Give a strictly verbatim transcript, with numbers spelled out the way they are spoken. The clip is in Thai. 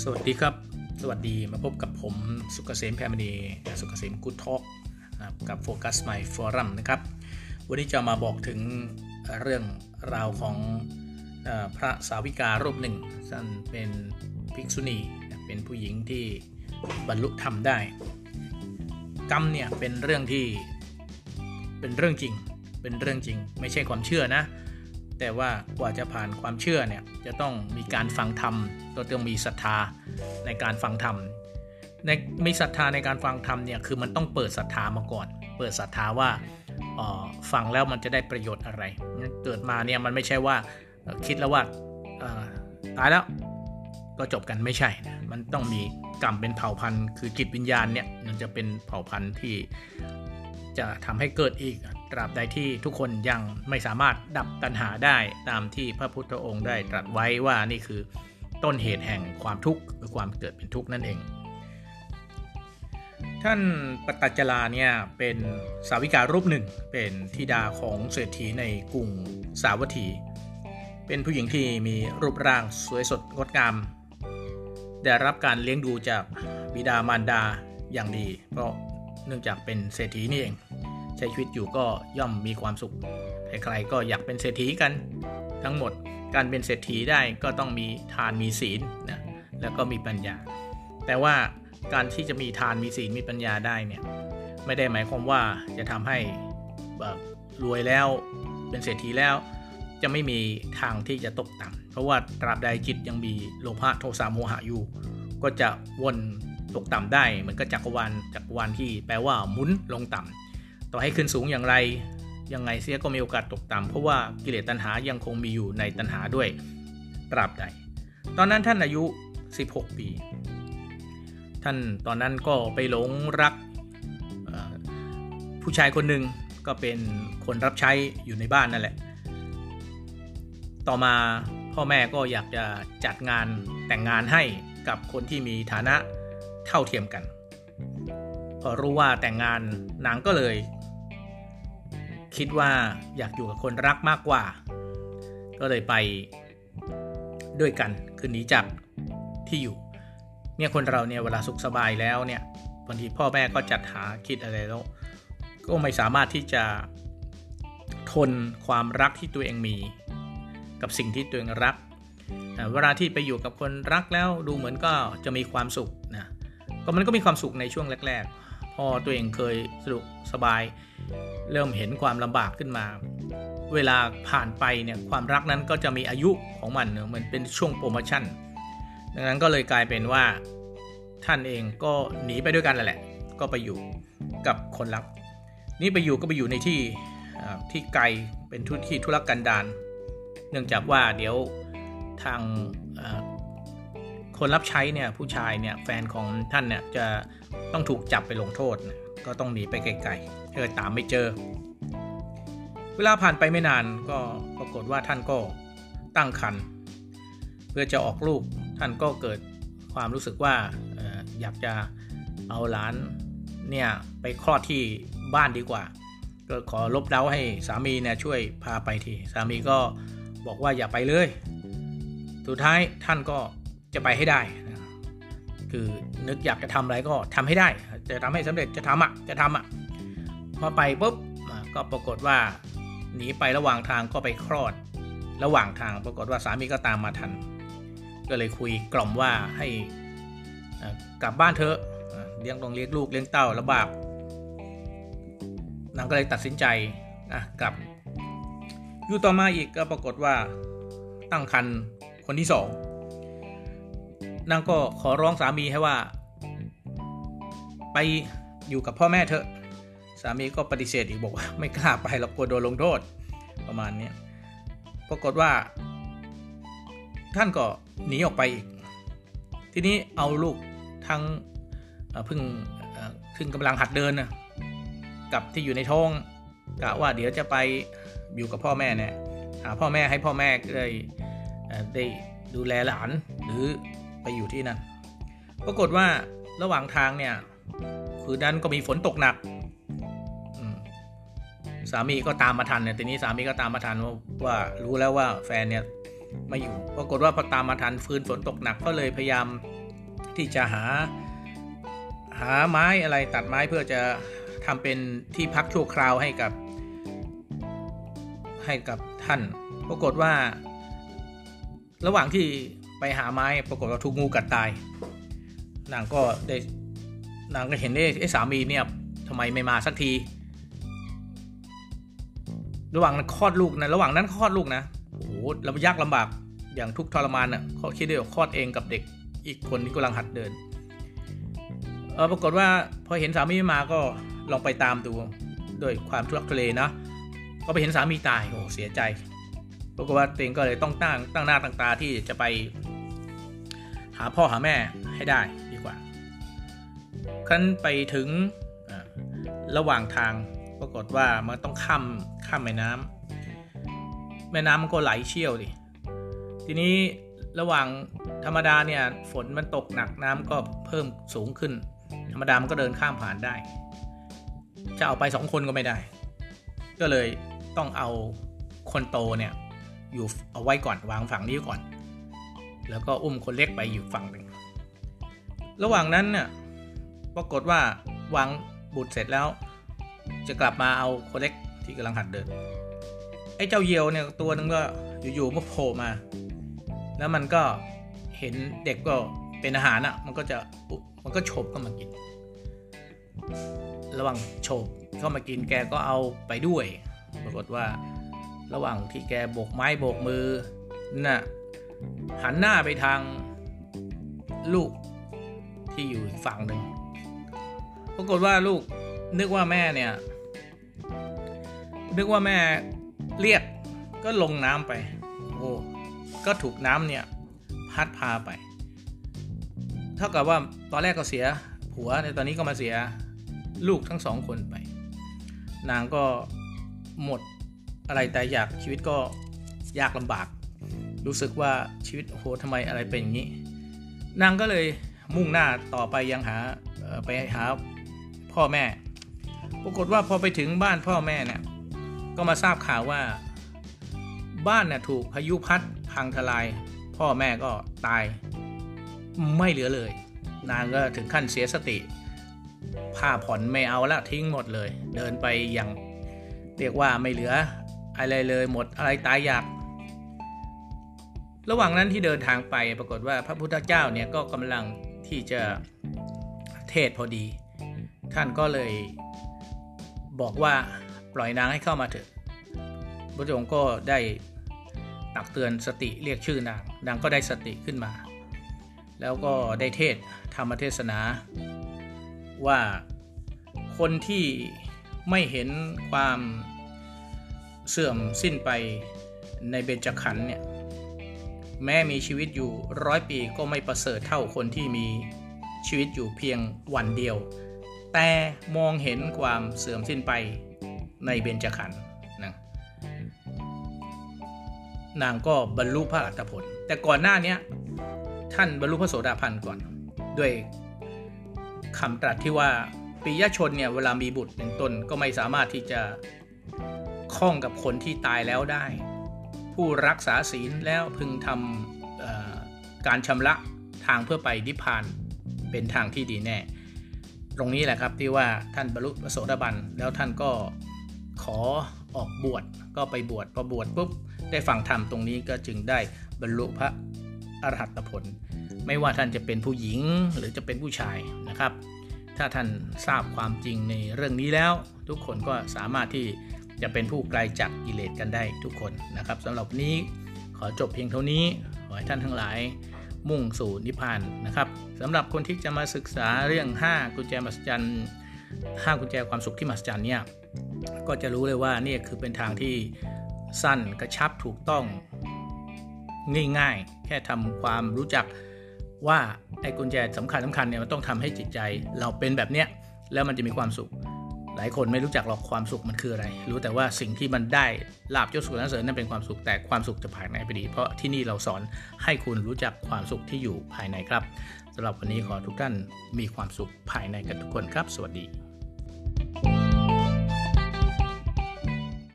สวัสดีครับสวัสดีมาพบกับผมสุกเกษมแพรมณีสุกเกษมกู๊ดทอล์กกับโฟกัสไมค์ฟอรัมนะครับวันนี้จะมาบอกถึงเรื่องราวของพระสาวิการูปหนึ่งท่านเป็นภิกษุณีเป็นผู้หญิงที่บรรลุธรรมได้กรรมเนี่ยเป็นเรื่องที่เป็นเรื่องจริงเป็นเรื่องจริงไม่ใช่ความเชื่อนะแต่ว่ากว่าจะผ่านความเชื่อเนี่ยจะต้องมีการฟังธรรมก็ต้องมีศรัทธาในการฟังธรรมในมีศรัทธาในการฟังธรรมเนี่ยคือมันต้องเปิดศรัทธามาก่อนเปิดศรัทธาว่าฟังแล้วมันจะได้ประโยชน์อะไรเกิดมาเนี่ยมันไม่ใช่ว่าคิดแล้วว่าตายแล้วก็จบกันไม่ใช่นะมันต้องมีกรรมเป็นเผ่าพันธุ์คือจิตวิญญาณเนี่ยมันจะเป็นเผ่าพันธุ์ที่จะทำให้เกิดอีกตราบใดที่ทุกคนยังไม่สามารถดับตัณหาได้ตามที่พระพุทธองค์ได้ตรัสไว้ว่านี่คือต้นเหตุแห่งความทุกข์หรือความเกิดเป็นทุกข์นั่นเองท่านปตัจจลาเนี่ยเป็นสาวิการูปหนึ่งเป็นธิดาของเศรษฐีในกรุงสาวัตถีเป็นผู้หญิงที่มีรูปร่างสวยสดงดงามได้รับการเลี้ยงดูจากบิดามารดาอย่างดีเพราะเนื่องจากเป็นเศรษฐีนี่เองใช้ชีวิตอยู่ก็ย่อมมีความสุขใครๆก็อยากเป็นเศรษฐีกันทั้งหมดการเป็นเศรษฐีได้ก็ต้องมีทานมีศีลนะแล้วก็มีปัญญาแต่ว่าการที่จะมีทานมีศีลมีปัญญาได้เนี่ยไม่ได้หมายความว่าจะทำให้รวยแล้วเป็นเศรษฐีแล้วจะไม่มีทางที่จะตกต่ำเพราะว่าตราบใดจิตยังมีโลภะโทสะโมหะอยู่ก็จะวนตกต่ำได้เหมือนกับจักรวาลจักรวาลที่แปลว่าหมุนลงต่ำต่อให้ขึ้นสูงอย่างไรยังไงเสียก็มีโอกาสตกต่ำเพราะว่ากิเลสตัณหายังคงมีอยู่ในตัณหาด้วยตราบใดตอนนั้นท่านอายุสิบหกปีท่านตอนนั้นก็ไปหลงรักผู้ชายคนหนึ่งก็เป็นคนรับใช้อยู่ในบ้านนั่นแหละต่อมาพ่อแม่ก็อยากจะจัดงานแต่งงานให้กับคนที่มีฐานะเท่าเทียมกันพอรู้ว่าแต่งงานนางก็เลยคิดว่าอยากอยู่กับคนรักมากกว่าก็เลยไปด้วยกันคือหนีจากที่อยู่เนี่ยคนเราเนี่ยเวลาสุขสบายแล้วเนี่ยบางทีพ่อแม่ก็จัดหาคิดอะไรแล้วก็ไม่สามารถที่จะทนความรักที่ตัวเองมีกับสิ่งที่ตัวเองรักเวลาที่ไปอยู่กับคนรักแล้วดูเหมือนก็จะมีความสุขนะก็มันก็มีความสุขในช่วงแรกๆพอตัวเองเคยสนุกสบายเริ่มเห็นความลำบากขึ้นมาเวลาผ่านไปเนี่ยความรักนั้นก็จะมีอายุของมันเหมือนเป็นช่วงโปรโมชั่นดังนั้นก็เลยกลายเป็นว่าท่านเองก็หนีไปด้วยกันแหละก็ไปอยู่กับคนรักนี่ไปอยู่ก็ไปอยู่ในที่ที่ไกลเป็นทุที่ทุรกันดารเนื่องจากว่าเดี๋ยวทางคนรับใช้เนี่ยผู้ชายเนี่ยแฟนของท่านเนี่ยจะต้องถูกจับไปลงโทษก็ต้องหนีไปไกลๆเพื่อตามไม่เจอเวลาผ่านไปไม่นานก็ปรากฏว่าท่านก็ตั้งครรภ์เพื่อจะออกลูกท่านก็เกิดความรู้สึกว่าอยากจะเอาหลานเนี่ยไปคลอดที่บ้านดีกว่าก็ขอลบเล้าให้สามีเนี่ยช่วยพาไปทีสามีก็บอกว่าอย่าไปเลยสุดท้ายท่านก็จะไปให้ได้คือนึกอยากจะทำอะไรก็ทำให้ได้จะทำให้สำเร็จจะทำอ่ะจะทำอ่ะพอไปปุ๊บก็ปรากฏว่าหนีไประหว่างทางก็ไปคลอดระหว่างทางปรากฏว่าสามีก็ตามมาทันก็เลยคุยกล่อมว่าให้กลับบ้านเถอะเลี้ยงต้องเลี้ยงลูกเลี้ยงเต้าลำบากนางก็เลยตัดสินใจกลับอยู่ต่อมาอีกก็ปรากฏว่าตั้งครรภ์คนที่สองนางก็ขอร้องสามีให้ว่าไปอยู่กับพ่อแม่เถอะสามีก็ปฏิเสธอีกบอกว่าไม่กล้าไปหรอกกลัวโดนลงโทษประมาณนี้ปรากฏว่าท่านก็หนีออกไปอีกทีนี้เอาลูกทั้งเพิ่งเพิ่งกำลังหัดเดินนะกับที่อยู่ในท้องกะว่าเดี๋ยวจะไปอยู่กับพ่อแม่เนี่ยหาพ่อแม่ให้พ่อแม่ได้ได้ดูแลหลานหรือไปอยู่ที่นั่นปรากฏว่าระหว่างทางเนี่ยคือนั้นก็มีฝนตกหนักสามีก็ตามมาทันเนี่ยทีนี้สามีก็ตามมาทันว่าว่ารู้แล้วว่าแฟนเนี่ยไม่อยู่ปรากฏว่าพอตามมาทันฟื้นฝนตกหนักก็เลยพยายามที่จะหาหาไม้อะไรตัดไม้เพื่อจะทำเป็นที่พักชั่วคราวให้กับให้กับท่านปรากฏว่าระหว่างที่ไปหาไม้ปรากฏว่าถูกงูกัดตายนางก็ได้นางก็เห็นไอ้สามีเนี่ยทำไมไม่มาสักทีระหว่างนั้นคลอดลูกนะระหว่างนั้นคลอดลูกนะโอ้โหลำยากลำบากอย่างทุกข์ทรมานอ่ะเขาคิดได้ว่าคลอดเองกับเด็กอีกคนที่กำลังหัดเดินเออปรากฏว่าพอเห็นสามีไม่มาก็ลองไปตามดูด้วยความทุลักทุเลนะก็ไปเห็นสามีตายโอ้เสียใจปรากฏว่าตัวเองก็เลยต้องตั้งตั้งหน้าตั้งตาที่จะไปหาพ่อหาแม่ให้ได้ดีกว่าครั้นไปถึงระหว่างทางปรากฏว่ามันต้องข้ามข้ามแม่น้ำแม่น้ำมันก็ไหลเชี่ยวดิทีนี้ระหว่างธรรมดาเนี่ยฝนมันตกหนักน้ำก็เพิ่มสูงขึ้นธรรมดามันก็เดินข้ามผ่านได้จะเอาไปสองคนก็ไม่ได้ก็เลยต้องเอาคนโตเนี่ยอยู่เอาไว้ก่อนวางฝั่งนี้ก่อนแล้วก็อุ้มคนเล็กไปอยู่ฝั่งหนึ่งระหว่างนั้นเนี่ยปรากฏว่าวางบุตรเสร็จแล้วจะกลับมาเอาคนเล็กที่กำลังหัดเดินไอ้เจ้าเหยี่ยวเนี่ยตัวนึงก็อยู่ๆมันโผล่มาแล้วมันก็เห็นเด็กก็เป็นอาหารอ่ะมันก็จะมันก็โฉบเข้ามากินระหว่างโฉบเข้ามากินแกก็เอาไปด้วยปรากฏว่าระหว่างที่แกโบกไม้โบกมือน่ะหันหน้าไปทางลูกที่อยู่อีกฝั่งหนึ่งปรากฏว่าลูกนึกว่าแม่เนี่ยนึกว่าแม่เรียกก็ลงน้ำไปโอ้ก็ถูกน้ำเนี่ยพัดพาไปเท่ากับว่าตอนแรกก็เสียผัวในตอนนี้ก็มาเสียลูกทั้งสองคนไปนางก็หมดอะไรแต่อยากชีวิตก็ยากลำบากรู้สึกว่าชีวิตโอ้โหทำไมอะไรเป็นอย่างนี้นางก็เลยมุ่งหน้าต่อไปยังหาไปหาพ่อแม่ปรากฏว่าพอไปถึงบ้านพ่อแม่เนี่ยก็มาทราบข่าวว่าบ้านเนี่ยถูกพายุพัดพังทลายพ่อแม่ก็ตายไม่เหลือเลยนางก็ถึงขั้นเสียสติผ้าผ่อนไม่เอาละทิ้งหมดเลยเดินไปอย่างเรียกว่าไม่เหลืออะไรเลยหมดอะไรตายอยากระหว่างนั้นที่เดินทางไปปรากฏว่าพระพุทธเจ้าเนี่ยก็กำลังที่จะเทศพอดีท่านก็เลยบอกว่าปล่อยนางให้เข้ามาเถอะพระองค์ก็ได้ตักเตือนสติเรียกชื่อนางนางก็ได้สติขึ้นมาแล้วก็ได้เทศธรรมเทศนาว่าคนที่ไม่เห็นความเสื่อมสิ้นไปในเบญจขันธ์เนี่ยแม้มีชีวิตอยู่ร้อยปีก็ไม่ประเสริฐเท่าคนที่มีชีวิตอยู่เพียงวันเดียวแต่มองเห็นความเสื่อมสิ้นไปในเบญจขันธ์นะนางก็บรรลุพระอรหัตผลแต่ก่อนหน้านี้ท่านบรรลุพระโสดาบันก่อนด้วยคำตรัสที่ว่าปิยชนเนี่ยเวลามีบุตรเป็นต้นก็ไม่สามารถที่จะคล้องกับคนที่ตายแล้วได้ผู้รักษาศีลแล้วพึงทำการชำระทางเพื่อไปนิพพานเป็นทางที่ดีแน่ตรงนี้แหละครับที่ว่าท่านบรรลุพระโสดาบันแล้วท่านก็ขอออกบวชก็ไปบวชพอบวชปุ๊บได้ฟังธรรมตรงนี้ก็จึงได้บรรลุพระอรหัตผลไม่ว่าท่านจะเป็นผู้หญิงหรือจะเป็นผู้ชายนะครับถ้าท่านทราบความจริงในเรื่องนี้แล้วทุกคนก็สามารถที่จะเป็นผู้ไกลจากกิเลสกันได้ทุกคนนะครับสำหรับวันนี้ขอจบเพียงเท่านี้ขอให้ท่านทั้งหลายมุ่งสู่นิพพานนะครับสำหรับคนที่จะมาศึกษาเรื่องห้ากุญแจมหัศจรรย์ห้ากุญแจความสุขที่มหัศจรรย์เนี่ยก็จะรู้เลยว่านี่คือเป็นทางที่สั้นกระชับถูกต้องง่ายๆแค่ทำความรู้จักว่าไอ้กุญแจสำคัญสำคัญเนี่ยมันต้องทำให้จิตใจเราเป็นแบบเนี้ยแล้วมันจะมีความสุขหลายคนไม่รู้จักหรอกความสุขมันคืออะไรรู้แต่ว่าสิ่งที่มันได้ลาภยศสุขสรรเสริญนั่นเป็นความสุขแต่ความสุขจะภายในไปดีเพราะที่นี่เราสอนให้คุณรู้จักความสุขที่อยู่ภายในครับสำหรับวันนี้ขอทุกท่านมีความสุขภายในกันทุกคนครับสวัสดี